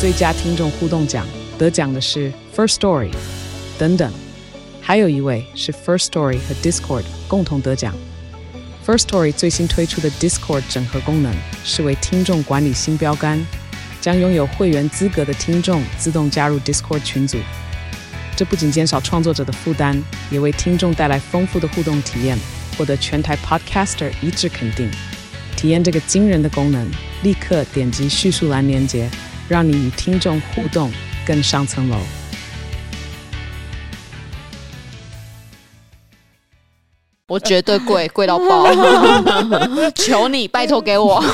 最佳听众互动奖，得奖的是 First Story 等等，还有一位是 First Story 和 Discord 共同得奖。First Story 最新推出的 Discord 整合功能是为听众管理新标杆，将拥有会员资格的听众自动加入 Discord 群组。这不仅减少创作者的负担，也为听众带来丰富的互动体验，获得全台 Podcaster 一致肯定。体验这个惊人的功能，立刻点击叙述栏连结，让你与听众互动更上层楼。 我绝对贵，贵到爆！求你，拜托给我。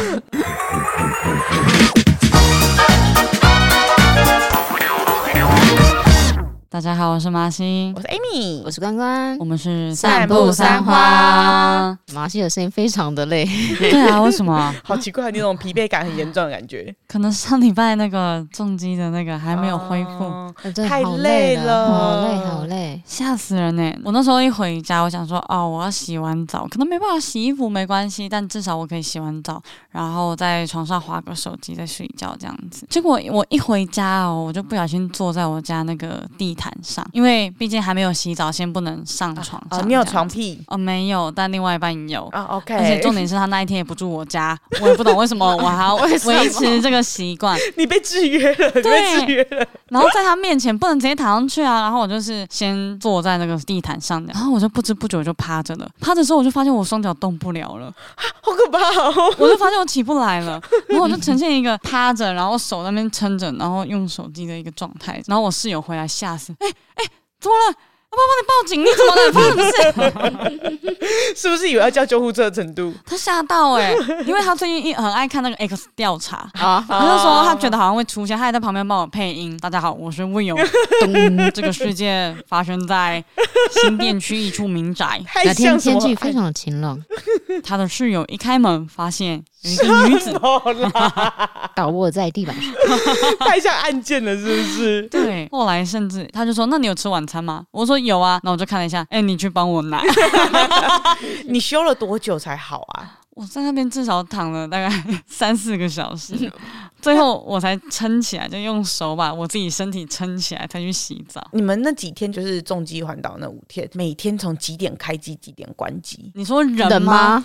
大家好，我是麻西， 我是 Amy， 我是关关， 我们是散步三花。 麻西的声音非常的累， 对啊，为什么？ 好奇怪，那种疲惫感很严重的感觉。 可能上礼拜那个重击的那个还没有恢复， 太累了， 好累，好累， 吓死人呢！我那时候一回家，我想说，我要洗完澡，可能没办法洗衣服，没关系，但至少我可以洗完澡，然后在床上滑个手机，再睡觉这样子。结果我一回家我就不小心坐在我家那个地毯上，因为毕竟还没有洗澡，先不能上床上。 你有床癖？ 没有，但另外一半有。 OK。 而且重点是他那一天也不住我家，我也不懂为什么我还要维持这个习惯。 你被制约了，你被制约了。 然后在他面前不能直接躺上去啊，然后我就是先坐在那个地毯上，然后我就不知不觉就趴着了。趴着之后我就发现我双脚动不了了， 好可怕哦！ 我就发现我起不来了，然后我就呈现一个趴着，然后手在那边撑着，然后用手机的一个状态。然后我室友回来吓死，怎么了？我帮你报警，你怎么了？发生什么事？是不是以为要叫救护车的程度？ 他吓到因为他最近很爱看那个 X 调查他就说他觉得好像会出现，他还在旁边帮我配音。大家好，我是 Will， 这个事件发生在新店区一处民宅， 那天天气非常的晴朗。 他的室友一开门发现有一个女子倒卧在地板上， 太像案件了，是不是？ 对，后来甚至他就说：“那你有吃晚餐吗？”我说：“有啊。”那我就看了一下，你去帮我拿。 你休了多久才好啊？ 我在那边至少躺了大概3-4个小时，最后我才撑起来，就用手把我自己身体撑起来才去洗澡。 你们那几天就是重机环岛那5天，每天从几点开机几点关机？ 你说人吗？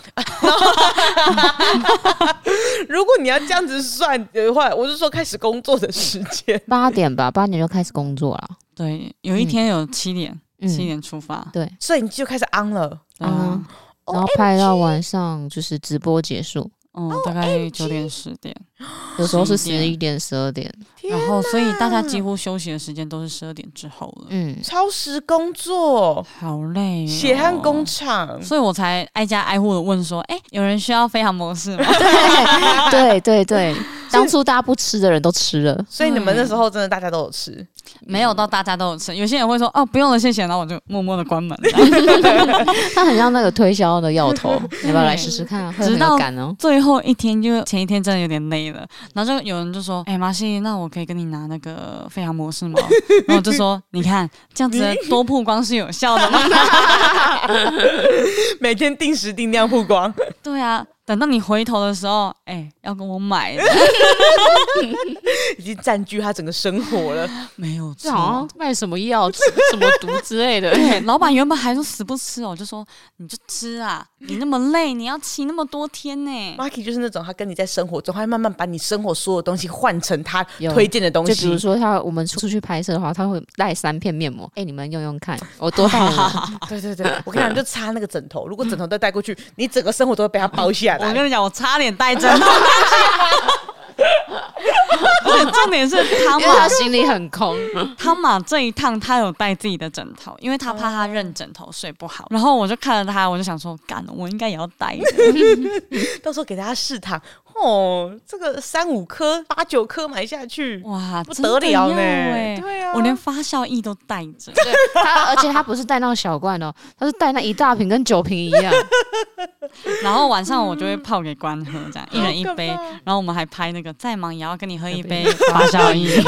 如果你要这样子算的话，我是说开始工作的时间 8点吧，8点就开始工作了。 对，有一天有7点，7点出发， 对， 所以你就开始 on 了， 然后拍到晚上就是直播结束， 大概9点10点， 有时候是11点12点， 然后所以大家几乎休息的时间都是12点之后了。 超时工作， 好累血汗工厂， 所以我才挨家挨户的问说，有人需要飞航模式吗？ 对，当初大家不吃的人都吃了， 所以你们那时候真的大家都有吃。 没有到大家都有吃，有些人会说不用了谢谢，然后我就默默的关门。 他很像那个推销的药头，要不要来试试看？会很有感哦。 最后一天就前一天真的有点累了，然后就有人就说麻西，那我可以跟你拿那个飞航模式吗？然后我就说你看这样子的多曝光是有效的吗？ 每天定时定量曝光。 对啊，等到你回头的时候要跟我买的已经占据他整个生活了。 没有错， 好像卖什么药什么毒之类的。 对，老板原本还说死不吃我就说你就吃啊，你那么累，你要骑那么多天呢。 Marky 就是那种他跟你在生活中，他会慢慢把你生活所有东西换成他推荐的东西。 就比如说我们出去拍摄的话，他会带3片面膜，你们用用看，我多带了。 对，我跟你讲，就擦那个枕头，如果枕头再带过去，你整个生活都会被他包下来。 我跟你讲，我差点带枕头。而且重点是汤马，因为他心里很空。 汤马这一趟他有带自己的枕头，因为他怕他认枕头睡不好。然后我就看着他，我就想说，干了，我应该也要带的。 到时候给大家试躺，这个3-5颗、8-9颗买下去， 哇， 不得了呢！ 对啊，我连发酵液都带着。 而且他不是带那种小罐的，他是带那1大瓶跟9瓶一样。 然后晚上我就会泡给关喝，这样一人一杯。 好可怕然后我们还拍那个再忙也要跟你喝一杯发酵液，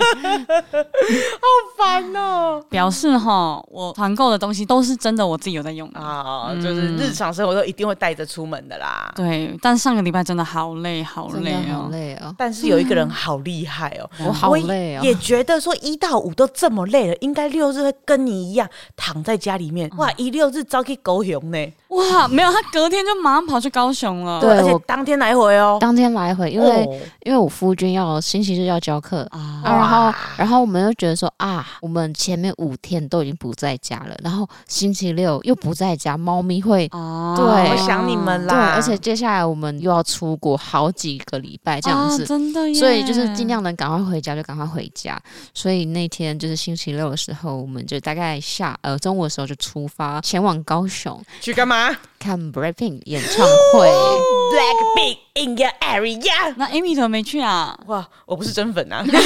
烦哦。 表示哈我团购的东西都是真的我自己有在用的。 啊，就是日常生活都一定会带着出门的啦。 对，但上个礼拜真的好累好真的累好哦。 累哦， 但是有一个人好厉害哦， 我好累哦我也觉得说1到5都这么累了，应该6日会跟你一样躺在家里面。哇，6日早去高雄呢， 哇，没有，他隔天就马上跑去高雄了。 对而且我当天来回哦。 当天来回，因为我夫君要星期日要教课然后我们又觉得说我们前面5天都已经不在家了，然后星期六又不在家，猫咪会对我想你们对， 啦。 而且接下来我们又要出国好几个礼拜这样子， 真的耶。 所以就是尽量能赶快回家就赶快回家。所以那天就是星期六的时候，我们就大概中午的时候就出发前往高雄去干嘛看 BLACKPINK 演唱会。 ？Blackpink in your area。 那 Amy 怎么没去啊？ 哇，我不是真粉啊，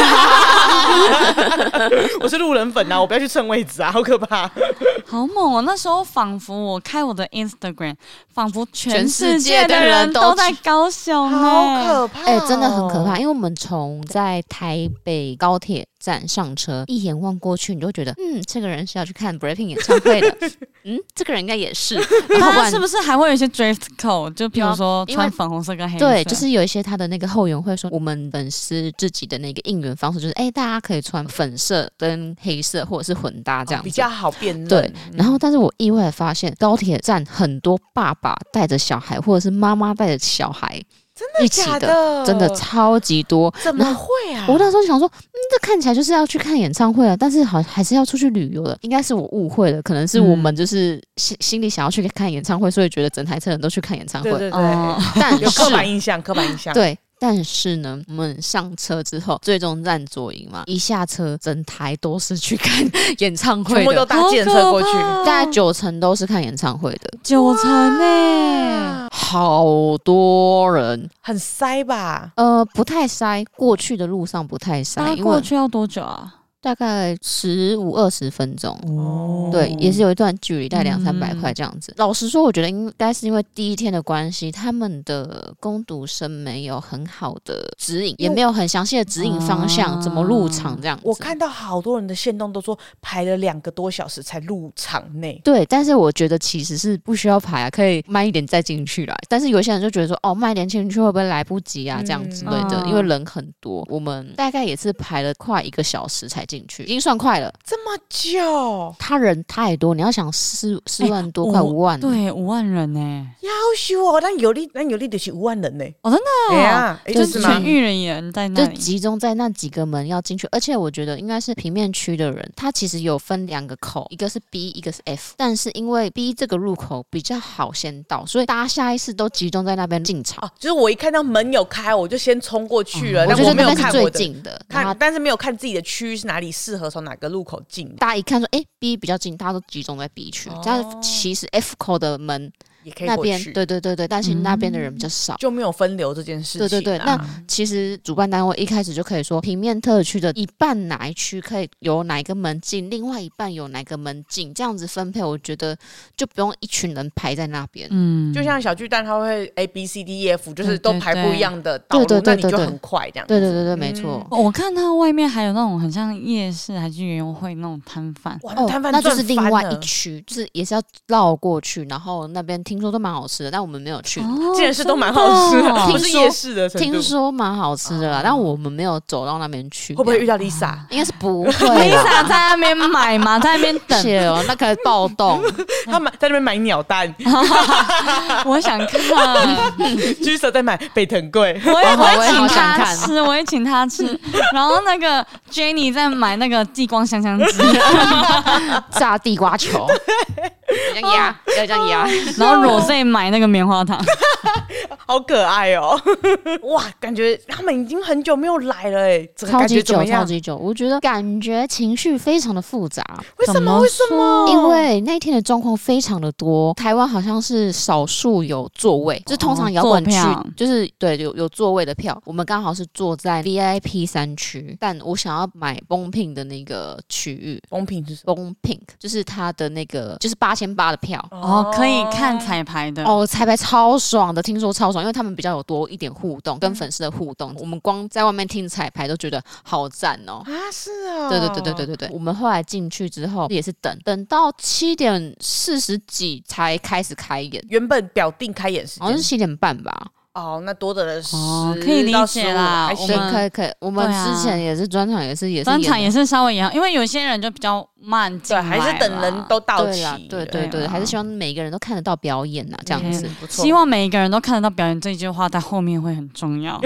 我是路人粉啊，我不要去蹭位置啊，好可怕。 好猛哦！那时候仿佛我开我的 Instagram， 仿佛全世世界界的的人都人都在高雄， 好可怕、哦！ 真的很可怕，因为我们从在台北高铁站上车，一眼望过去，你就会觉得，这个人是要去看 BLACKPINK 演唱会的，这个人应该也是。然后那是不是还会有一些 dress code？ 就比如说因为穿粉红色跟黑色， 对，就是有一些他的那个后援会说，我们粉丝自己的那个应援方式就是，大家可以穿粉色跟黑色或者是混搭这样子， 比较好辨认。 对，然后但是我意外的发现，高铁站很多爸爸带着小孩，或者是妈妈带着小孩。一起假的真的超级多， 怎么会啊？ 我那时候想说，这看起来就是要去看演唱会啊，但是还是要出去旅游的，应该是我误会了，可能是我们就是心里想要去看演唱会，所以觉得整台车人都去看演唱会， 对对对， 但是有刻板印象， 对。但是呢，我们上车之后，最终站左营嘛，一下车，整台都是去看演唱会的， 全部都搭计程车过去， 大概90%都是看演唱会的 ，90%呢， 好多人， 很塞吧？ 不太塞，过去的路上不太塞，因为过去要多久啊？ 大概15-20分钟，对，也是有一段距离，大概200-300块这样子。老实说，我觉得应该是因为第一天的关系，他们的工读生没有很好的指引，也没有很详细的指引方向，怎么入场这样子。 我看到好多人的限动都说排了2个多小时才入场内。 对，但是我觉得其实是不需要排啊，可以慢一点再进去啦。但是有些人就觉得说，慢一点进去会不会来不及啊？这样之类的，因为人很多，我们大概也是排了快1个小时才进去，已经算快了。 这么久， 他人太多，你要想4万多，快5万， 对，5万人呢， 要求哦，咱有力就是5万人呢。 哦，真的， 对啊， 就是全域人在那里， 就集中在那几个门要进去。而且我觉得应该是平面区的人，他其实有分2个口，一个是 B， 一个是 F。但是因为 B 这个入口比较好先到，所以大家下意识都集中在那边进场。 就是我一看到门有开，我就先冲过去了。 我觉得没有那边是最看我的近的， 但是没有看自己的区域是哪里适合从哪个入口进。 大家一看说，B 比较近，大家都集中在 B 区。但其实 F 口的门也可以那边， 过去， 对，但是那边的人比较少， 就没有分流这件事情。 对，那其实主办单位一开始就可以说，平面特区的一半哪一区可以有哪一个门进，另外一半有哪个门进，这样子分配，我觉得就不用一群人排在那边。 就像小巨蛋，它会 A B C D E F， 就是都排不一样的道路，那你就很快这样。 对，没错。 我看它外面还有那种很像夜市还是园游会那种摊贩， 那就是另外一区，就是也是要绕过去，然后那边听说都蛮好吃的，但我们没有去。 竟然是都蛮好吃的，不是夜市的程度。 听说蛮好吃的啦，但我们没有走到那边去。 会不会遇到 Lisa？ 应该是不会。 Lisa 在那边买嘛，在那边等。 那可以暴动。 他在那边买鸟蛋。 我想看。 Lisa 在买北藤贵。 我也请他吃，我也请他吃。然后那个 Jenny 在买那个地光香香鸡， 炸地瓜球。要这样压， 然后Rose 买那个棉花糖， 好可爱哦！哇，感觉他们已经很久没有来了哎，这个感觉怎么样？ 超级久，我觉得感觉情绪非常的复杂。 为什么？为什么？ 因为那天的状况非常的多，台湾好像是少数有座位，就是通常摇滚区就是对有座位的票，我们刚好是坐在 VIP 3区，但我想要买崩品的那个区域。 崩品是什么？崩品就是它的那个就是8800的票可以看彩排的彩排超爽的，听说超爽，因为他们比较有多一点互动，跟粉丝的互动，我们光在外面听彩排都觉得好赞哦。 是啊， 对，我们后来进去之后也是等到7点40几才开始开演， 原本表定开演时间好像是7点半吧。 那多的人可以理解啦， 可以。我们之前也是专场，也是专场也是稍微一样，因为有些人就比较慢进来， 对，还是等人都到齐。 对，还是希望每个人都看得到表演呐，这样子。 希望每一个人都看得到表演，这一句话在后面会很重要。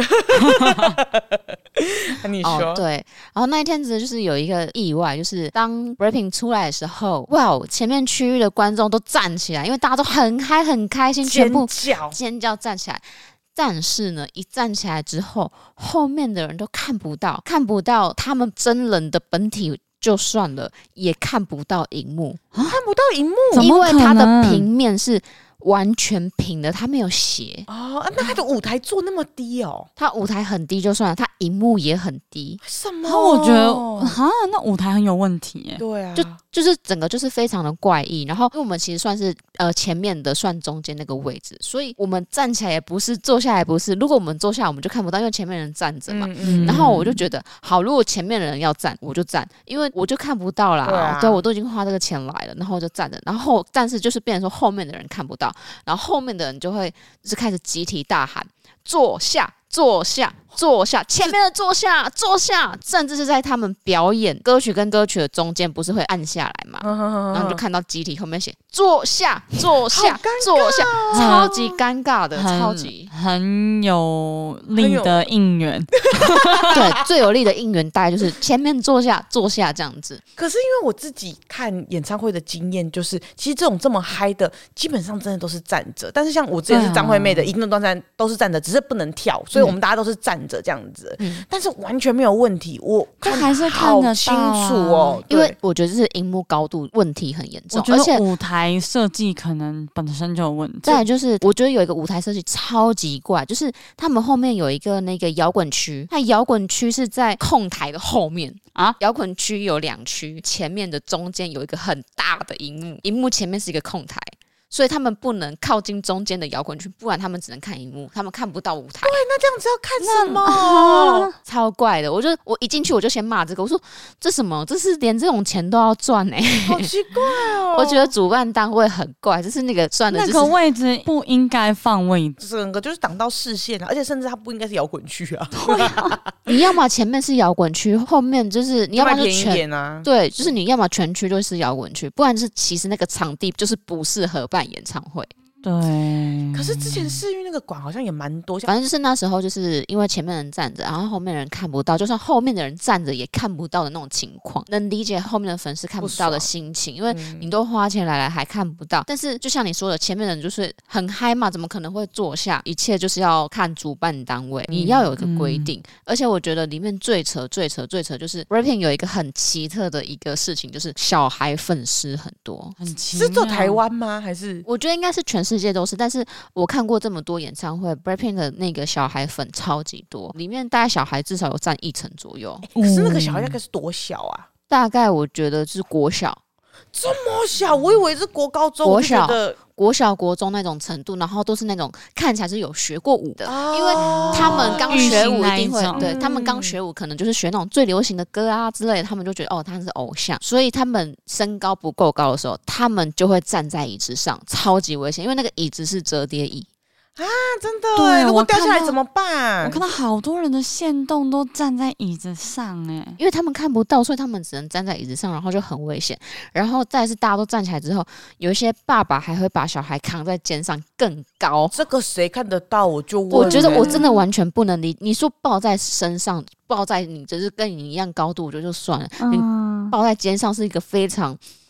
你说对，然后那一天就是有一个意外，就是当 BLACKPINK 出来的时候，哇，前面区域的观众都站起来，因为大家都很嗨很开心，全部尖叫站起来。但是呢，一站起来之后，后面的人都看不到他们真人的本体就算了，也看不到荧幕， 看不到荧幕， 因为它的平面是完全平的，它没有斜那他的舞台做那么低哦？ 它舞台很低就算了，它荧幕也很低。 为什么？ 我觉得那舞台很有问题耶。 对啊， 就是整个就是非常的怪异。然后因为我们其实算是前面的算中间那个位置，所以我们站起来也不是，坐下来也不是。如果我们坐下来，我们就看不到，因为前面人站着嘛。然后我就觉得，好，如果前面的人要站，我就站，因为我就看不到啦。对，我都已经花这个钱来了，然后我就站着。然后但是就是变成说后面的人看不到，然后后面的人就会就是开始集体大喊坐下。前面的坐下，甚至是在他们表演歌曲跟歌曲的中间，不是会按下来嘛？然后就看到集体后面写坐下，超级尴尬的，超级很有力的应援。 对，最有力的应援大概就是前面坐下这样子。 可是因为我自己看演唱会的经验，就是其实这种这么嗨的，基本上真的都是站着。但是像我之前是张惠妹的，一定都是站着，只是不能跳，所以我们大家都是站着这样子。但是完全没有问题，我还是看得到清楚哦。 因为我觉得这是荧幕高度问题很严重， 我觉得舞台设计可能本身就有问题。 再来就是我觉得有一个舞台设计超级怪，就是他们后面有一个那个摇滚区，它摇滚区是在控台的后面啊，摇滚区有2区，前面的中间有一个很大的荧幕，荧幕前面是一个控台。所以他们不能靠近中间的摇滚区，不然他们只能看荧幕，他们看不到舞台。 对，那这样子要看什么？ 超怪的！我一进去我就先骂这个，我说这什么？这是连这种钱都要赚好奇怪哦！ 我觉得主办单位很怪，就是那个赚的、就是， 那个位置不应该放位置， 整个就是挡到视线而且甚至它不应该是摇滚区啊。 对啊， 你要么前面是摇滚区，后面就是你要么就便宜一点啊。 对，就是你要么全区就是摇滚区，不然就是其实那个场地就是不适合办演唱会。 对， 可是之前世运那个馆好像也蛮多， 反正就是那时候就是因为前面人站着，然后后面人看不到，就算后面的人站着也看不到的那种情况，能理解后面的粉丝看不到的心情，因为你都花钱来了还看不到。但是就像你说的，前面的人就是很嗨嘛，怎么可能会坐下？一切就是要看主办单位，你要有一个规定。而且我觉得里面最扯就是 BLACKPINK 有一个很奇特的一个事情，就是小孩粉丝很多， 是做台湾吗？还是我觉得应该是全世界都是，但是我看过这么多演唱会 BLACKPINK 的那个小孩粉超级多，里面大概小孩至少有占1成左右。 可是那个小孩大概是多小啊？ 大概我觉得是国小。 这么小？我以为是国高中。 国小国中那种程度，然后都是那种看起来是有学过舞的，因为他们刚学舞一定会，对，他们刚学舞可能就是学那种最流行的歌啊之类的，他们就觉得哦他是偶像，所以他们身高不够高的时候，他们就会站在椅子上，超级危险，因为那个椅子是折叠椅。 啊，真的！如果掉下来怎么办？ 我看到好多人的限动都站在椅子上， 因为他们看不到，所以他们只能站在椅子上，然后就很危险。然后再是大家都站起来之后，有一些爸爸还会把小孩扛在肩上更高。 这个谁看得到？我就问。 我觉得我真的完全不能理。你说抱在身上，抱在你就是跟你一样高度，我觉得就算了。你抱在肩上是一个非常。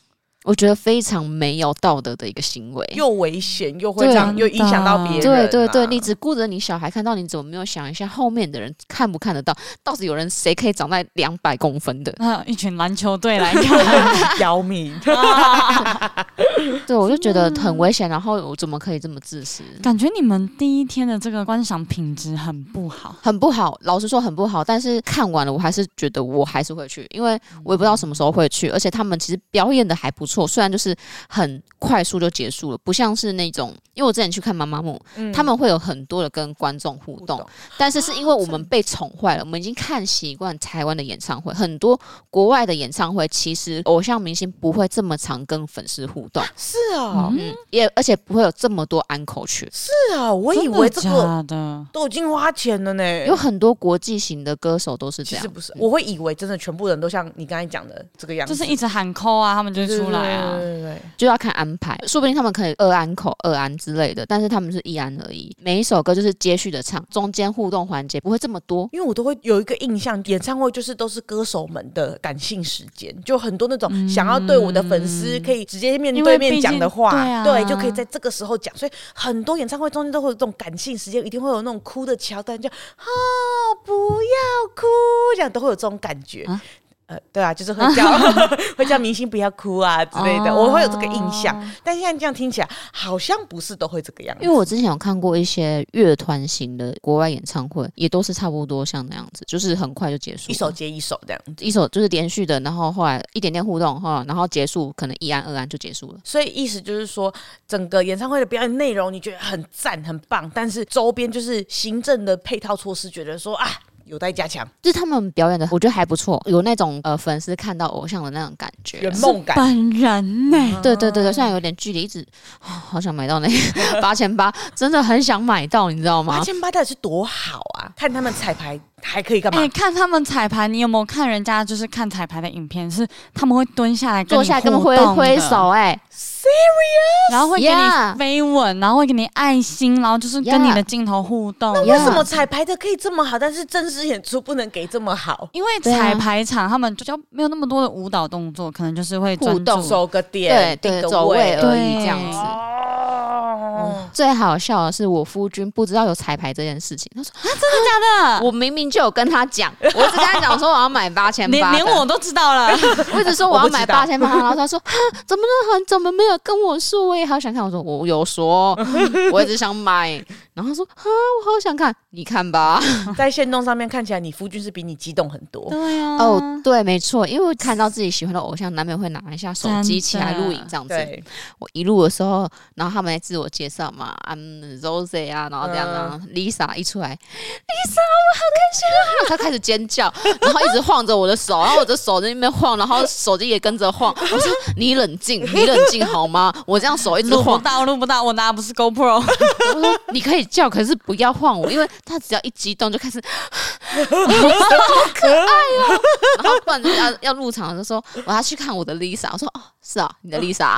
我觉得非常没有道德的一个行为， 又危险又会这样，又影响到别人、啊。 对对对，你只顾着你小孩看到，你怎么没有想一下后面的人看不看得到？到底有人谁可以长在200公分的？ 那一群篮球队来看， 姚明。 对，我就觉得很危险。然后我怎么可以这么自私？ 感觉你们第一天的这个观赏品质很不好， 很不好。老实说很不好，但是看完了，我还是觉得我还是会去，因为我也不知道什么时候会去，而且他们其实表演的还不错，虽然就是很快速就结束了，不像是那种，因为我之前去看妈妈木，他们会有很多的跟观众互动，但是是因为我们被宠坏了，我们已经看习惯台湾的演唱会，很多国外的演唱会其实偶像明星不会这么常跟粉丝互动， 是啊， 而且不会有这么多安口曲， 是啊，我以为这真个的假的都已经花钱了呢。 有很多国际型的歌手都是这样， 其实不是，我会以为真的全部人都像你刚才讲的这个样子， 就是一直喊扣啊，他们就会出来啊。 对， 就要看安排，说不定他们可以2安口、2安之类的，但是他们是1安而已。每一首歌就是接续的唱，中间互动环节不会这么多。 因为我都会有一个印象，演唱会就是都是歌手们的感性时间，就很多那种想要对我的粉丝可以直接面对面讲的话，对，就可以在这个时候讲。所以很多演唱会中间都会有这种感性时间，一定会有那种哭的桥段，就不要哭，这样都会有这种感觉。对啊，就是会叫明星不要哭啊之类的，我会有这个印象。但现在这样听起来，好像不是都会这个样子。 因为我之前有看过一些乐团型的国外演唱会，也都是差不多像那样子，就是很快就结束， 一首接一首这样子， 一首就是连续的，然后后来一点点互动，然后结束，可能1安2安就结束了。 所以意思就是说，整个演唱会的表演内容你觉得很赞很棒，但是周边就是行政的配套措施，觉得说有待加强， 就是他们表演的，我觉得还不错，有那种粉丝看到偶像的那种感觉， 圆梦感。 本人呢？ 对对对对，虽然有点距离，一直好想买到那个8800，真的很想买到，你知道吗 ？8800到底是多好啊！看他们彩排还可以干嘛？ 看他们彩排，你有没有看人家就是看彩排的影片？是他们会蹲下来跟你坐下来跟互动他们挥手 ，serious， 然后会给你飞吻，然后会给你爱心，然后就是跟你的镜头互动。 那为什么彩排的可以这么好，但是正式演出不能给这么好？ 因为彩排场他们就没有那么多的舞蹈动作，可能就是会互动， 守个点， 对，走位而已这样子。最好笑的是，我夫君不知道有彩排这件事情。他说：“真的假的？”我明明就有跟他讲，我只跟他讲说我要买8800， 连我都知道了。 我一直说我要买8800，然后他说：“怎么那么怎么没有跟我说？我也好想看。”我说：“我有说，我一直想买。”然后他说：“我好想看，你看吧。” 在限动上面看起来，你夫君是比你激动很多。 对啊， 对，没错，因为看到自己喜欢的偶像，难免会拿一下手机起来录影这样子。我一录的时候，然后他们在自我介绍嘛，Rose 啊，然后这样啊，Lisa 一出来，Lisa 我好开心啊！他开始尖叫，然后一直晃着我的手，然后我的手在那边晃，然后手机也跟着晃。我说：“你冷静好吗？”我这样手一直晃， 录不到，我拿的不是 GoPro。 我说：“你可以叫，可是不要晃我，因为他只要一激动就开始，好可爱哦。”然后不然就要入场的时候，我要去看我的 Lisa。我说：“哦，是啊，你的 Lisa。”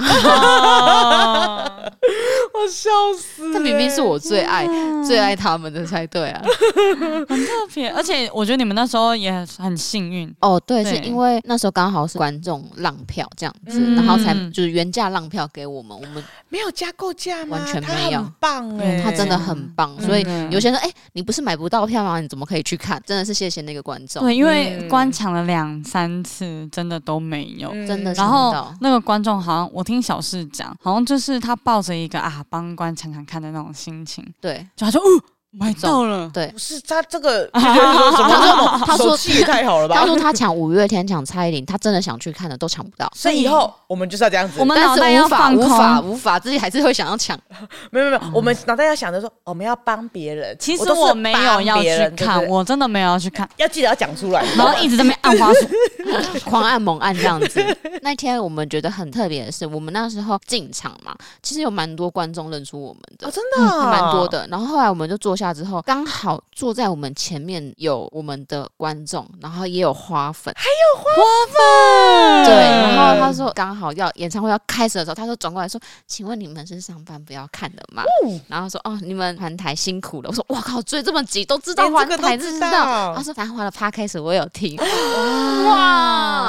我笑死！ 他明明是我最爱他们的才对啊， 很特别。而且我觉得你们那时候也很幸运哦。对，是因为那时候刚好是观众让票这样子，然后才就是原价让票给我们没有加购价吗？ 完全没有， 很棒哎， 他真的很棒。所以有些人说：“你不是买不到票吗？你怎么可以去看？”真的是谢谢那个观众。 对，因为观抢了2-3次，真的都没有， 真的。 然后那个观众好像我听小事讲，好像就是他抱着一个帮观抢抢看的那种心情， 对， 就他说买到了， 对， 不是他这个，他说手气也太好了吧？ 他说他抢5月天、抢蔡依林，他真的想去看的都抢不到， 所以以后我们就是要这样子， 我们脑袋要放空， 无法，自己还是会想要抢。 没有，我们脑袋要想着说我们要帮别人。 其实我没有要去看，我真的没有要去看， 要记得要讲出来， 然后一直在那边按滑鼠， 狂按猛按这样子。那天我们觉得很特别的是，我们那时候进场嘛，其实有蛮多观众认出我们的， 真的蛮多的。然后后来我们就坐下之后，刚好坐在我们前面有我们的观众，然后也有花粉， 还有花粉， 对。然后他说刚好演唱会要开始的时候，他说转过来说：“请问你们是上班不要看的吗？”然后说：“哦，你们环台辛苦了。”我说：“哇靠，追这么急都知道环台，知道。”他说：“繁华的 podcast 我有听。”哇，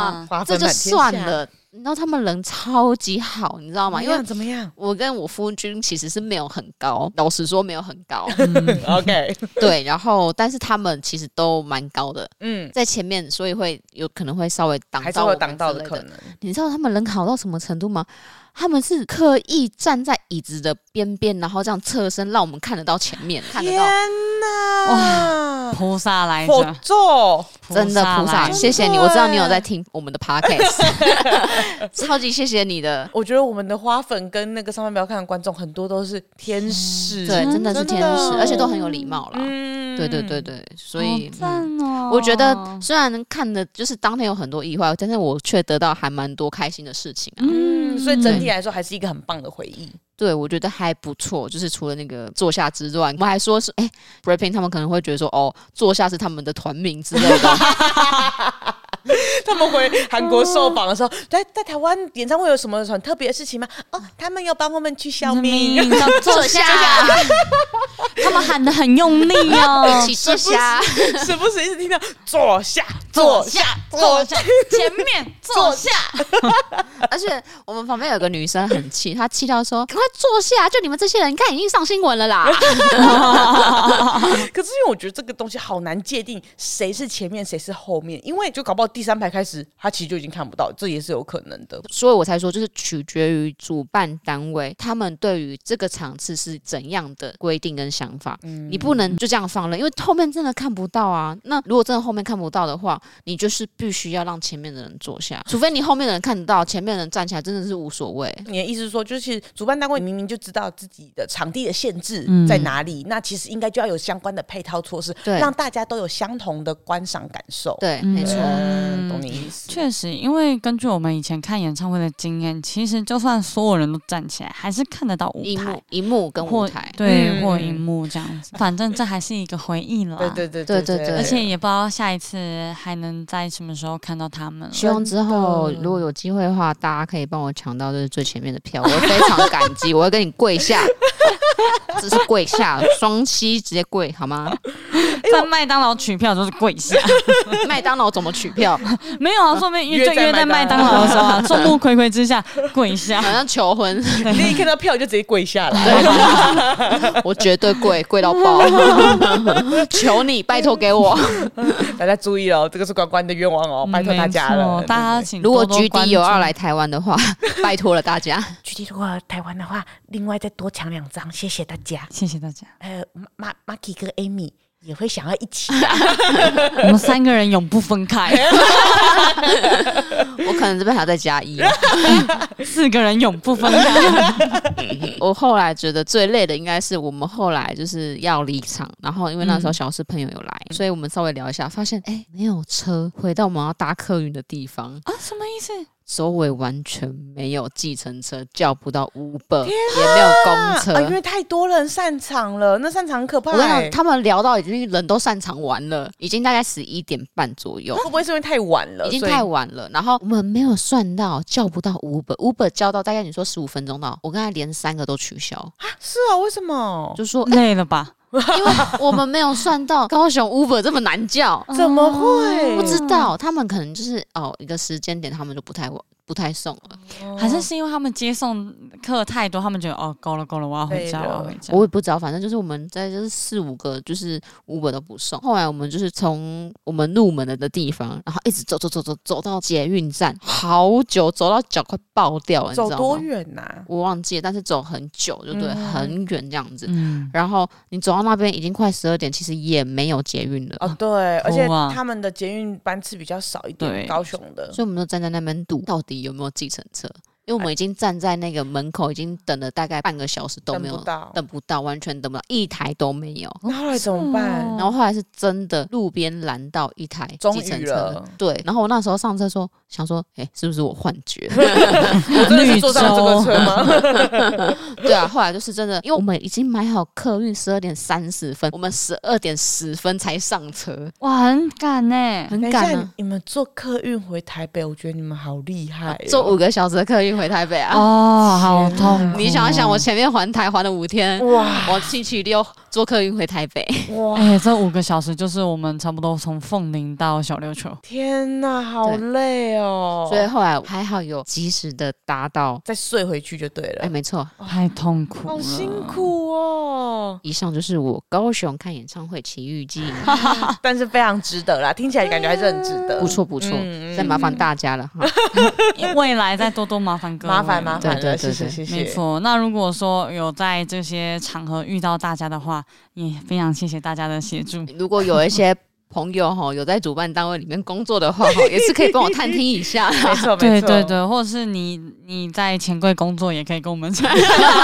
哇，这就花粉满天下算了。你知道他们人超级好，你知道吗？因为怎么样我跟我夫君其实是没有很高，老实说没有很高。 ？OK， 对，然后但是他们其实都蛮高的，在前面，所以会有可能会稍微挡还是到我们会挡到之类的可能。 你知道他们人好到什么程度吗？他们是刻意站在椅子的边边，然后这样侧身，让我们看得到前面，看得到。 天哪！ 菩萨来佛着， 咒， 真的菩萨， 来着谢谢你！我知道你有在听我们的 podcast，超级谢谢你的。 我觉得我们的花粉跟那个上班不要看的观众很多都是天使， 对，真的是天使，而且都很有礼貌啦。对对对对，所以好赞哦！ 我觉得虽然看的就是当天有很多意外，但是我却得到还蛮多开心的事情啊。 所以整体来说还是一个很棒的回忆。 对，我觉得还不错。就是除了那个坐下之外，我们还说是Blackpink 他们可能会觉得说，坐下是他们的团名之类的。 他们回韩国受访的时候，在台湾演唱会有什么很特别的事情吗？他们有帮我们取消名， 坐下，他们喊得很用力哦， 一起坐下， 是不是一直听到坐下， 坐下，坐下，前面坐下。 而且我们旁边有个女生很气，她气到说：“赶快坐下！就你们这些人，你看已经上新闻了啦。” 可是因为我觉得这个东西好难界定谁是前面谁是后面，因为就搞不好第3排开始，他其实就已经看不到，这也是有可能的。 所以我才说，就是取决于主办单位他们对于这个场次是怎样的规定跟想法。你不能就这样放任，因为后面真的看不到啊。那如果真的后面看不到的话，你就是必须要让前面的人坐下，除非你后面的人看得到，前面的人站起来，真的是无所谓。 你的意思是说，就是主办单位明明就知道自己的场地的限制在哪里，那其实应该就要有相关的配套措施，让大家都有相同的观赏感受。 对，没错， 懂你意思。 确实，因为根据我们以前看演唱会的经验，其实就算所有人都站起来，还是看得到舞台、 荧幕跟舞台， 对，或荧幕这样子。反正这还是一个回忆啦。 对， 而且也不知道下一次还能在什么时候看到他们了。 希望之后如果有机会的话，大家可以帮我抢到就是最前面的票，我非常感激，我会跟你跪下，这是跪下，双膝直接跪好吗？ 在麦当劳取票就是跪下。 麦当劳怎么取票？ 没有啊，说明约在麦当劳的时候啊，众目睽睽之下跪下， 好像求婚。 你一看到票就直接跪下来， 我绝对跪到爆，求你拜托给我。 大家注意哦，这个是关关的愿望哦，拜托大家了。 大家请如果多多 GD 有要来台湾的话，拜托了大家。 GD 如果台湾的话，另外再多抢2张，谢谢大家。 谢谢大家。 Maki 跟 Amy 也会想要一起啊， 我们3个人永不分开。 我可能这边还要再加1。 4个人永不分开。 我后来觉得最累的应该是我们后来就是要离场，然后因为那时候小四朋友有来，所以我们稍微聊一下，发现没有车回到我们要搭客运的地方啊，什么意思？ 周围完全没有计程车，叫不到 Uber，也没有公车， 因为太多人散场了，那散场很可怕。 我跟你讲，他们聊到已经人都散场完了，已经大概11点半左右。 会不会是因为太晚了？ 已经太晚了，然后我们没有算到叫不到 Uber 叫到大概你说15分钟到，我刚才连3个都取消啊！是啊，为什么？ 就说累了吧？ 因为我们没有算到高雄 Uber 这么难叫， 怎么会？ 不知道，他们可能就是一个时间点，他们就不太送了， 还是因为他们接送客太多，他们觉得够了，我要回家， 我也不知道，反正就是我们在就是4-5个就是 Uber 都不送。后来我们就是从我们入门的地方，然后一直走到捷运站，好久，走到脚快爆掉了，你知道吗？ 走多远呐？ 我忘记了，但是走很久，就对，很远这样子。然后你走到那边已经快12点，其实也没有捷运了。 哦，对，而且他们的捷运班次比较少一点，高雄的， 所以我们就站在那边堵，到底有没有计程车？因为我们已经站在那个门口，已经等了大概半个小时都没有等不到，完全等不到，一台都没有。 那后来怎么办？ 然后后来是真的路边拦到一台计程车，对。然后我那时候上车想说，是不是我幻觉？ 我真的是坐上这个车吗？ 对啊，后来就是真的，因为我们已经买好客运12点30分，我们12点10分才上车。 哇，很赶欸， 很赶啊！ 你们坐客运回台北，我觉得你们好厉害， 坐5个小时的客运回台北啊！ 好痛苦！ 你想一想，我前面环台环了5天，哇！我星期6坐客运回台北， 哇！这5个小时就是我们差不多从凤林到小琉球。 天哪，好累哦！ 哦， 所以后来还好有及时的达到， 再睡回去就对了。 哎，没错。 太痛苦了， 好辛苦哦。 以上就是我高雄看演唱会奇遇记， 但是非常值得啦，听起来感觉还是很值得。 不错不错，再麻烦大家了哈。 未来再多多麻烦各位， 麻烦了， 对谢谢谢谢。 没错，那如果说有在这些场合遇到大家的话，也非常谢谢大家的协助。 如果有一些朋友有在主办单位里面工作的话，也是可以帮我探听一下。 没错， 对对对，或者是你在钱柜工作，也可以跟我们讲。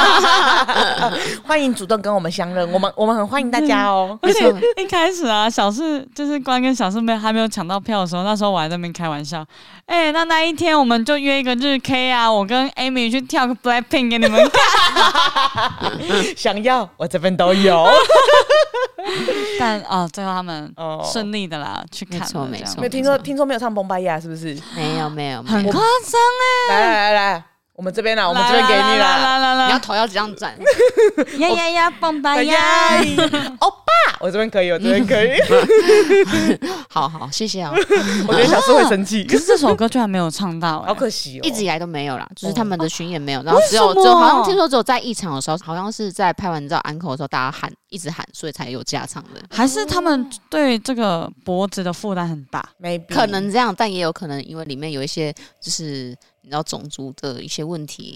欢迎主动跟我们相认，我们很欢迎大家哦。 而且一开始啊，小四就是关跟小四妹还没有抢到票的时候，那时候我还在那边开玩笑，那一天我们就约一个日 K 啊，我跟 Amy 去跳个 Blackpink 给你们看。 想要我这边都有。 但最后他们顺利的啦，去看了。 没错， 没有听说没有唱崩巴亚是不是？ 没有， 很夸张来，我们这边啦，我们这边给你啦。 来， 你要头要这样站。 呀，崩巴亚， 欧巴，我这边可以， 好，谢谢啊。 我觉得小四会生气。 可是这首歌居然没有唱到， 好可惜哦。 一直以来都没有啦，就是他们的巡演没有，然后只有好像听说只有在一场的时候，好像是在拍完照安可的时候，大家一直喊，所以才有加唱的。 还是他们对这个脖子的负担很大， 可能这样，但也有可能因为里面有一些就是你知道种族的一些问题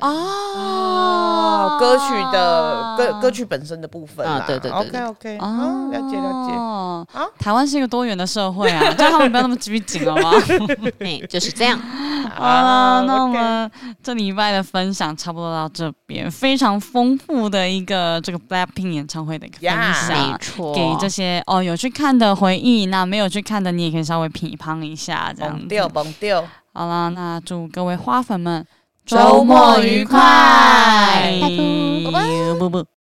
歌曲的歌曲本身的部分啦。 对 ，OK，了解。 台湾是一个多元的社会啊，叫他们不要那么拘谨好吗？ 就是这样。 好了，那我们这礼拜的分享差不多到这边，非常丰富的一个这个 Blackpink 演唱会的一个分享， 没错， 给这些有去看的回忆，那没有去看的你也可以稍微批判一下，这样子。 蹦掉。 好了，那祝各位花粉们周末愉快， 拜拜。